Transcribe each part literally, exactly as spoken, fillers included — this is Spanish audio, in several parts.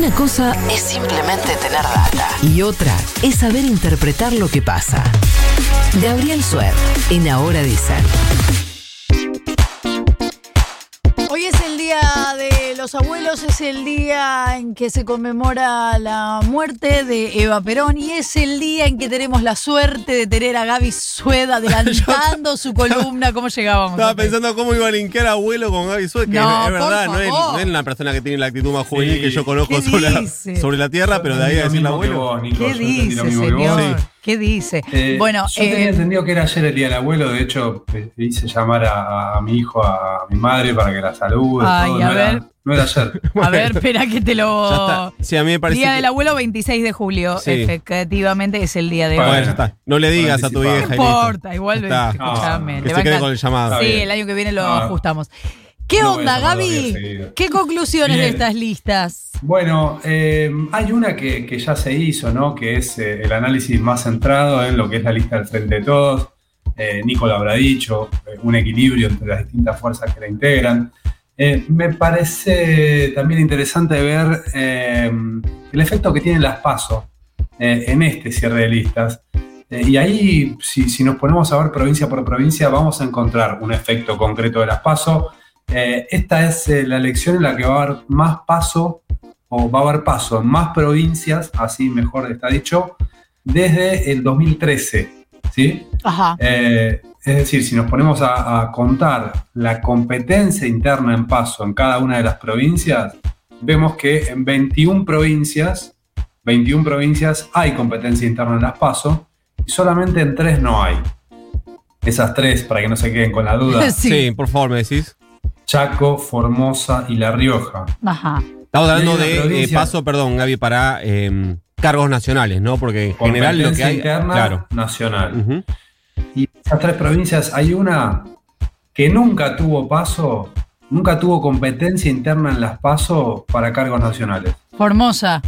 Una cosa es simplemente tener data y otra es saber interpretar lo que pasa. Gabriel Sued, en Ahora Dicen. Hoy es el día de los abuelos, es el día en que se conmemora la muerte de Eva Perón y es el día en que tenemos la suerte de tener a Gaby Sued adelantando su columna. ¿Cómo llegábamos? Estaba pensando cómo iba a linkear abuelo con Gaby Sued, que no, es, es verdad, no es, no es una persona que tiene la actitud más juvenil sí. que yo conozco sobre la, sobre la tierra, pero de ahí a decirle abuelo. Vos, Nico, ¿Qué dice, señor? Sí. ¿Qué dice? Eh, bueno, yo eh, tenía entendido que era ayer el día del abuelo. De hecho, hice llamar a, a mi hijo, a mi madre, para que la salude. Ay, todo. a No, ver. era, no era ayer. A ver, espera que te lo... Sí, a mí me parece Día que... del abuelo, veintiséis de julio. Sí. Efectivamente es el día de hoy. Bueno, ya está. No le digas a tu vieja. No importa, igual está. escuchame. No, que se quede con el llamado. Sí, el año que viene lo no. ajustamos. ¿Qué no onda, Gaby? ¿Qué conclusiones Bien. de estas listas? Bueno, eh, hay una que, que ya se hizo, ¿no? Que es eh, el análisis más centrado en lo que es la lista del Frente de Todos. Eh, Nico lo habrá dicho, eh, un equilibrio entre las distintas fuerzas que la integran. Eh, me parece también interesante ver eh, el efecto que tienen las PASO eh, en este cierre de listas. Eh, y ahí, si, si nos ponemos a ver provincia por provincia, vamos a encontrar un efecto concreto de las PASO. Eh, esta es eh, la elección en la que va a haber más paso, o va a haber paso en más provincias, así mejor está dicho, desde el dos mil trece. ¿Sí? Ajá. Eh, es decir, si nos ponemos a, a contar la competencia interna en paso en cada una de las provincias, vemos que en veintiuna provincias, veintiuna provincias hay competencia interna en las PASO y solamente en tres no hay. Esas tres, para que no se queden con la duda. Sí, sí, por favor, me decís. Chaco, Formosa y La Rioja. Ajá. Estamos hablando de provincia, eh, paso, perdón, Gaby, para eh, cargos nacionales, ¿no? Porque en general lo que hay... interna claro. nacional. Uh-huh. Y esas tres provincias, hay una que nunca tuvo paso, nunca tuvo competencia interna en las paso para cargos nacionales. Formosa.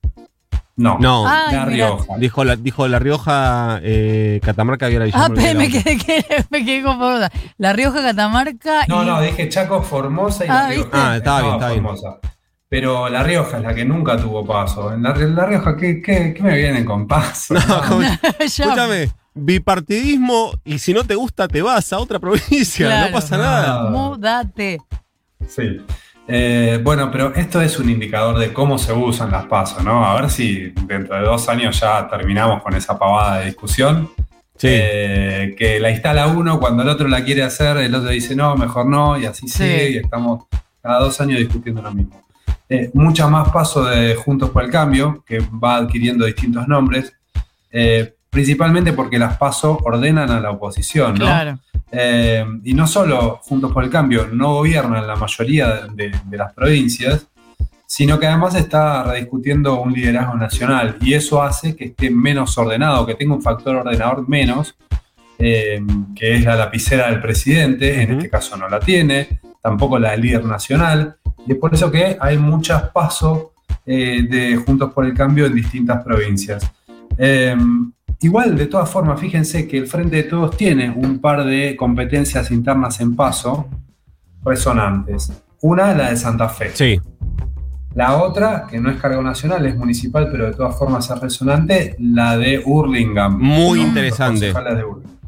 No, no. Ay, La Rioja. Dijo la, dijo La Rioja, eh, Catamarca y ahora Ah, pero me quedé, me quedé con Formosa. La Rioja, Catamarca No, y... no, dije Chaco, Formosa y ah, La Rioja. ¿viste? Ah, estaba bien, estaba bien. Formosa. Pero La Rioja es la que nunca tuvo paso. En La, la Rioja, ¿qué, qué, ¿qué me vienen con paso? No, no. Escúchame, bipartidismo y si no te gusta te vas a otra provincia, claro. No pasa nada. Múdate. Sí. Eh, bueno, pero esto es un indicador de cómo se usan las PASO, ¿no? A ver si dentro de dos años ya terminamos con esa pavada de discusión. Sí. Eh, que la instala uno, cuando el otro la quiere hacer, el otro dice no, mejor no, y así sí. sigue, y estamos cada dos años discutiendo lo mismo. Eh, mucha más PASO de Juntos por el Cambio, que va adquiriendo distintos nombres, eh, principalmente porque las PASO ordenan a la oposición, ¿no? Claro. Eh, y no solo Juntos por el Cambio no gobiernan la mayoría de, de las provincias, sino que además está rediscutiendo un liderazgo nacional y eso hace que esté menos ordenado, que tenga un factor ordenador menos, eh, que es la lapicera del presidente, uh-huh. En este caso no la tiene, tampoco la del líder nacional, y es por eso que hay muchas pasos eh, de Juntos por el Cambio en distintas provincias. Eh, Igual, de todas formas, fíjense que el Frente de Todos tiene un par de competencias internas en paso resonantes. Una, la de Santa Fe. Sí. La otra, que no es cargo nacional, es municipal, pero de todas formas es resonante, la de Hurlingham. Muy ¿no? interesante. De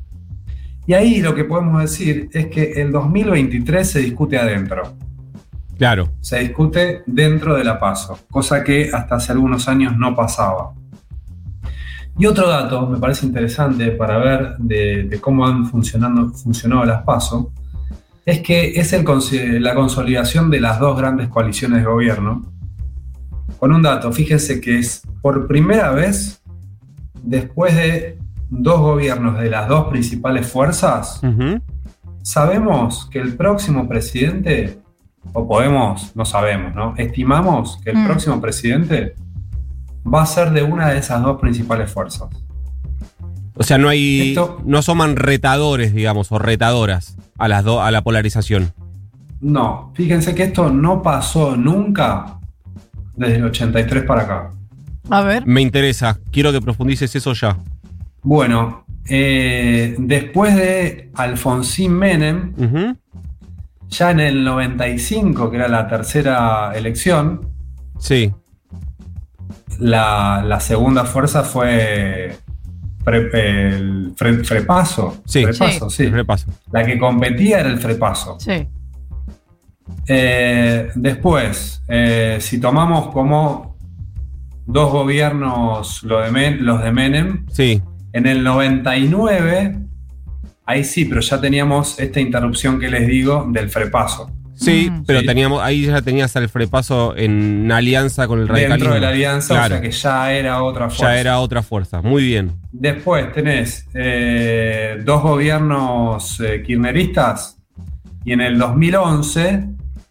y ahí lo que podemos decir es que el dos mil veintitrés se discute adentro. Claro. Se discute dentro de la paso, cosa que hasta hace algunos años no pasaba. Y otro dato, me parece interesante para ver de, de cómo han funcionando, funcionado las PASO, es que es el, la consolidación de las dos grandes coaliciones de gobierno. Con un dato, fíjense que es por primera vez, después de dos gobiernos de las dos principales fuerzas, uh-huh. sabemos que el próximo presidente, o podemos, no sabemos, ¿no? Estimamos que el uh-huh. próximo presidente va a ser de una de esas dos principales fuerzas. O sea, no hay. Esto, no asoman retadores, digamos, o retadoras a las do, a la polarización. No, fíjense que esto no pasó nunca desde el ochenta y tres para acá. A ver. Me interesa, quiero que profundices eso ya. Bueno, eh, después de Alfonsín Menem, uh-huh. ya en el noventa y cinco, que era la tercera elección, sí. la, la segunda fuerza fue Fre, el Fre, Frepaso. Sí, Frepaso, sí. sí. Frepaso. La que competía era el Frepaso. Sí. Eh, después, eh, si tomamos como dos gobiernos lo de Men, los de Menem, sí. En el noventa y nueve, ahí sí, pero ya teníamos esta interrupción que les digo del Frepaso. Sí, mm. pero sí. teníamos ahí ya tenías al Frepaso en alianza con el radicalismo. Dentro de la alianza, claro. O sea que ya era otra fuerza. Ya era otra fuerza, muy bien. Después tenés eh, dos gobiernos eh, kirchneristas y en el dos mil once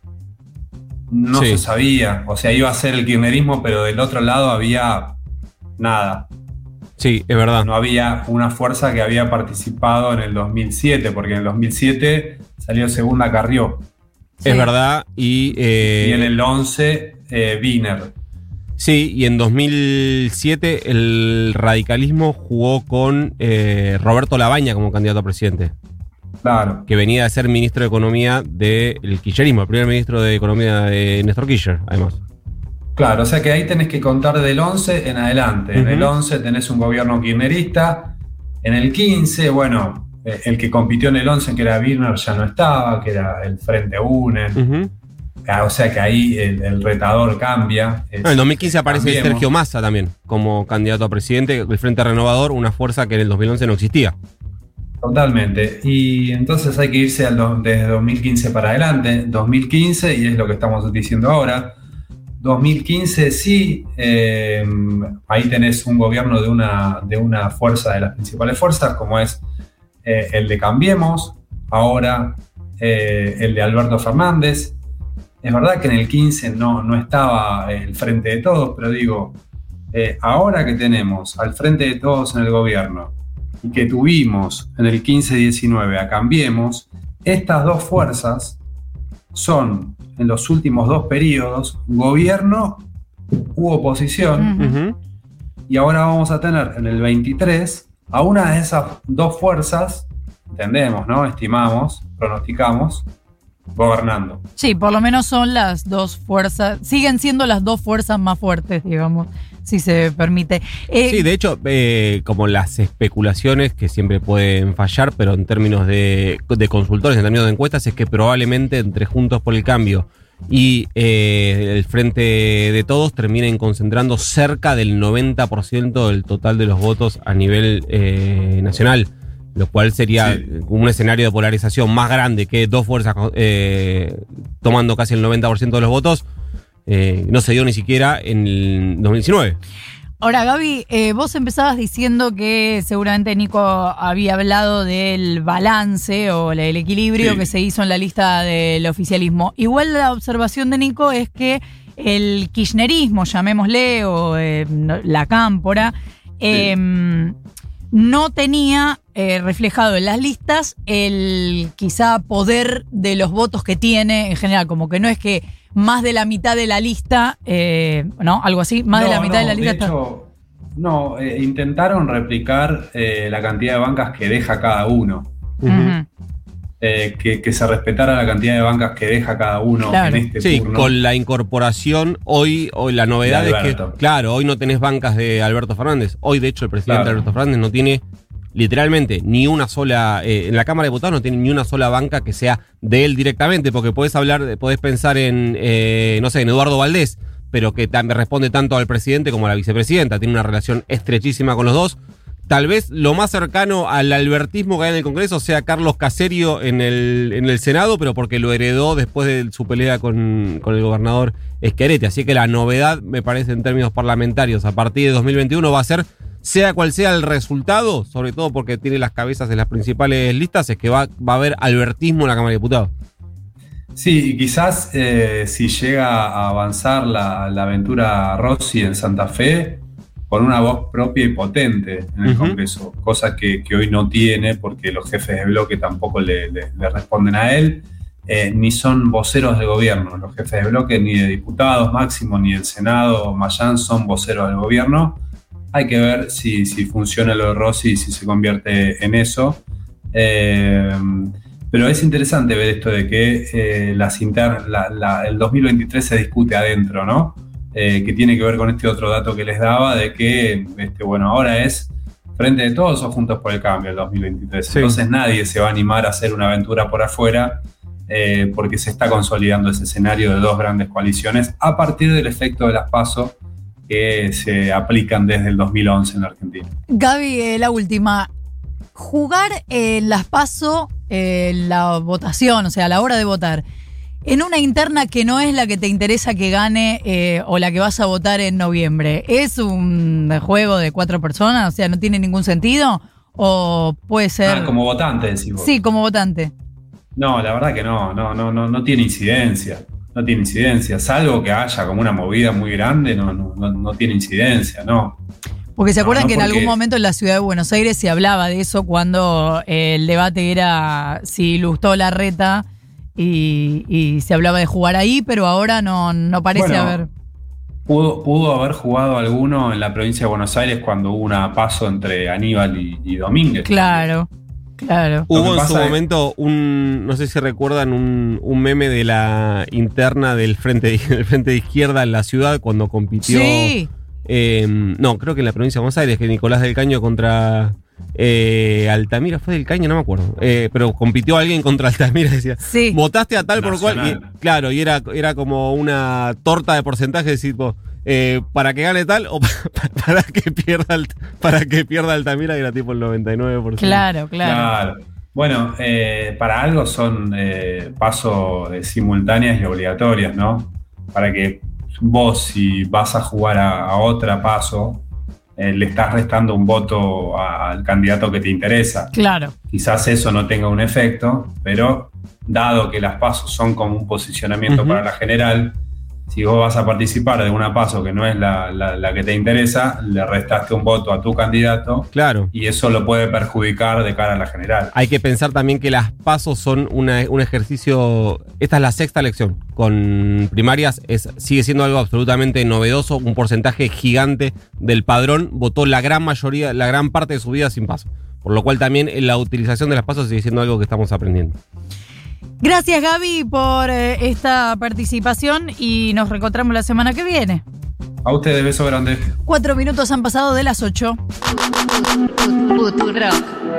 no sí. se sabía. O sea, iba a ser el kirchnerismo, pero del otro lado había nada. Sí, es verdad. No había una fuerza que había participado en el dos mil siete, porque en el dos mil siete salió segunda Carrió. Sí. Es verdad. Y, eh, y en el once, eh, Wiener. Sí, y en dos mil siete el radicalismo jugó con eh, Roberto Labaña como candidato a presidente. Claro. Que venía de ser ministro de Economía del kirchnerismo, el primer ministro de Economía de Néstor Kirchner, además. Claro, o sea que ahí tenés que contar del once en adelante. Uh-huh. En el once tenés un gobierno kirchnerista. En el quince, bueno, el que compitió en el once, que era Wiener, ya no estaba, que era el Frente UNEN. Uh-huh. O sea que ahí el, el retador cambia. Es, en el dos mil quince aparece cambiemos. Sergio Massa también como candidato a presidente, el Frente Renovador, una fuerza que en el dos mil once no existía. Totalmente. Y entonces hay que irse al do, desde dos mil quince para adelante. dos mil quince, y es lo que estamos diciendo ahora. dos mil quince sí, eh, ahí tenés un gobierno de una, de una fuerza de las principales fuerzas, como es eh, el de Cambiemos, ahora eh, el de Alberto Fernández. Es verdad que en el quince no, no estaba el Frente de Todos, pero digo, eh, ahora que tenemos al Frente de Todos en el gobierno y que tuvimos en el quince diecinueve a Cambiemos, estas dos fuerzas son, en los últimos dos periodos, gobierno u oposición, uh-huh. Y ahora vamos a tener en el veintitrés a una de esas dos fuerzas, entendemos, ¿no? Estimamos, pronosticamos, gobernando. Sí, por lo menos son las dos fuerzas, siguen siendo las dos fuerzas más fuertes, digamos, si se permite. Eh, sí, de hecho, eh, como las especulaciones que siempre pueden fallar, pero en términos de, de consultores, en términos de encuestas, es que probablemente entre Juntos por el Cambio y eh, el Frente de Todos terminen concentrando cerca del noventa por ciento del total de los votos a nivel eh, nacional. Lo cual sería sí. un escenario de polarización más grande que dos fuerzas eh, tomando casi el noventa por ciento de los votos. Eh, no se dio ni siquiera en el dos mil diecinueve. Ahora, Gaby, eh, vos empezabas diciendo que seguramente Nico había hablado del balance o el equilibrio sí. que se hizo en la lista del oficialismo. Igual la observación de Nico es que el kirchnerismo, llamémosle, o eh, la cámpora, eh, sí. no tenía eh, reflejado en las listas el quizá poder de los votos que tiene en general, como que no es que más de la mitad de la lista, eh, ¿no? Algo así, más no, de la mitad no, de la lista. De hecho, está... no, eh, intentaron replicar eh, la cantidad de bancas que deja cada uno. Uh-huh. Eh, que, que se respetara la cantidad de bancas que deja cada uno claro. en este sí, turno. Con la incorporación, hoy, hoy la novedad es que, claro, hoy no tenés bancas de Alberto Fernández. Hoy, de hecho, el presidente claro. Alberto Fernández no tiene literalmente ni una sola, eh, en la Cámara de Diputados no tiene ni una sola banca que sea de él directamente, porque podés hablar, podés pensar en, eh, no sé, en Eduardo Valdés, pero que también responde tanto al presidente como a la vicepresidenta, tiene una relación estrechísima con los dos. Tal vez lo más cercano al albertismo que hay en el Congreso sea Carlos Caserio en el, en el Senado, pero porque lo heredó después de su pelea con, con el gobernador Schiaretti. Así que la novedad, me parece, en términos parlamentarios, a partir de dos mil veintiuno va a ser, sea cual sea el resultado, sobre todo porque tiene las cabezas en las principales listas, es que va, va a haber albertismo en la Cámara de Diputados. Sí, y quizás eh, si llega a avanzar la, la aventura Rossi en Santa Fe, con una voz propia y potente en el uh-huh. Congreso, cosa que, que hoy no tiene porque los jefes de bloque tampoco le, le, le responden a él, eh, ni son voceros de gobierno. Los jefes de bloque, ni de diputados Máximo, ni del Senado Mayán son voceros del gobierno. Hay que ver si, si funciona lo de Rossi y si se convierte en eso. Eh, pero es interesante ver esto de que eh, las inter, la, la, el dos mil veintitrés se discute adentro, ¿no? eh, que tiene que ver con este otro dato que les daba, de que, este, bueno, ahora es Frente de Todos o Juntos por el Cambio el dos mil veintitrés. Sí. Entonces nadie se va a animar a hacer una aventura por afuera eh, porque se está consolidando ese escenario de dos grandes coaliciones a partir del efecto de las PASO que se aplican desde el dos mil once en la Argentina. Gaby, eh, la última. Jugar en las PASO, eh, la votación, o sea, a la hora de votar, en una interna que no es la que te interesa que gane eh, o la que vas a votar en noviembre, ¿es un juego de cuatro personas? O sea, ¿no tiene ningún sentido? ¿O puede ser...? Ah, como votante, decís vos. Sí, como votante. No, la verdad que no, no, no, no, no tiene incidencia. No tiene incidencia. Salvo que haya como una movida muy grande, no, no, no, no tiene incidencia, no. Porque se acuerdan no, no que porque... en algún momento en la ciudad de Buenos Aires se hablaba de eso cuando eh, el debate era si Lustó Larreta y, y se hablaba de jugar ahí, pero ahora no, no parece bueno, haber. Pudo, pudo haber jugado alguno en la provincia de Buenos Aires cuando hubo una paso entre Aníbal y, y Domínguez. Claro, claro. Hubo en su momento un, no sé si recuerdan, un, un meme de la interna del frente de, del frente de izquierda en la ciudad cuando compitió. Sí. Eh, no, creo que en la provincia de Buenos Aires, que Nicolás del Caño contra eh, Altamira, fue del Caño, no me acuerdo. Eh, pero compitió alguien contra Altamira, decía, sí. Votaste a tal por cual. Y, claro, y era, era como una torta de porcentaje, tipo, eh, para que gane tal o para, para que pierda para que pierda Altamira, que era tipo el noventa y nueve por ciento. Claro, claro. claro. Bueno, eh, para algo son eh, pasos eh, simultáneas y obligatorias, ¿no? Para que vos, si vas a jugar a, a otra paso, eh, le estás restando un voto a, al candidato que te interesa. Claro. Quizás eso no tenga un efecto, pero dado que las pasos son como un posicionamiento uh-huh. para la general, si vos vas a participar de una paso que no es la, la, la que te interesa, le restaste un voto a tu candidato. Claro. Y eso lo puede perjudicar de cara a la general. Hay que pensar también que las pasos son una, un ejercicio. Esta es la sexta elección. Con primarias es, sigue siendo algo absolutamente novedoso. Un porcentaje gigante del padrón votó la gran mayoría, la gran parte de su vida sin paso. Por lo cual también la utilización de las pasos sigue siendo algo que estamos aprendiendo. Gracias, Gaby, por eh, esta participación y nos reencontramos la semana que viene. A ustedes, beso grande. Cuatro minutos han pasado de las ocho. Futurock.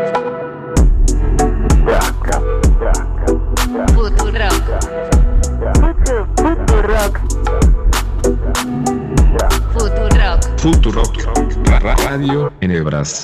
Futurock. Futurock. Futurock. Futurock. Radio en Hebras.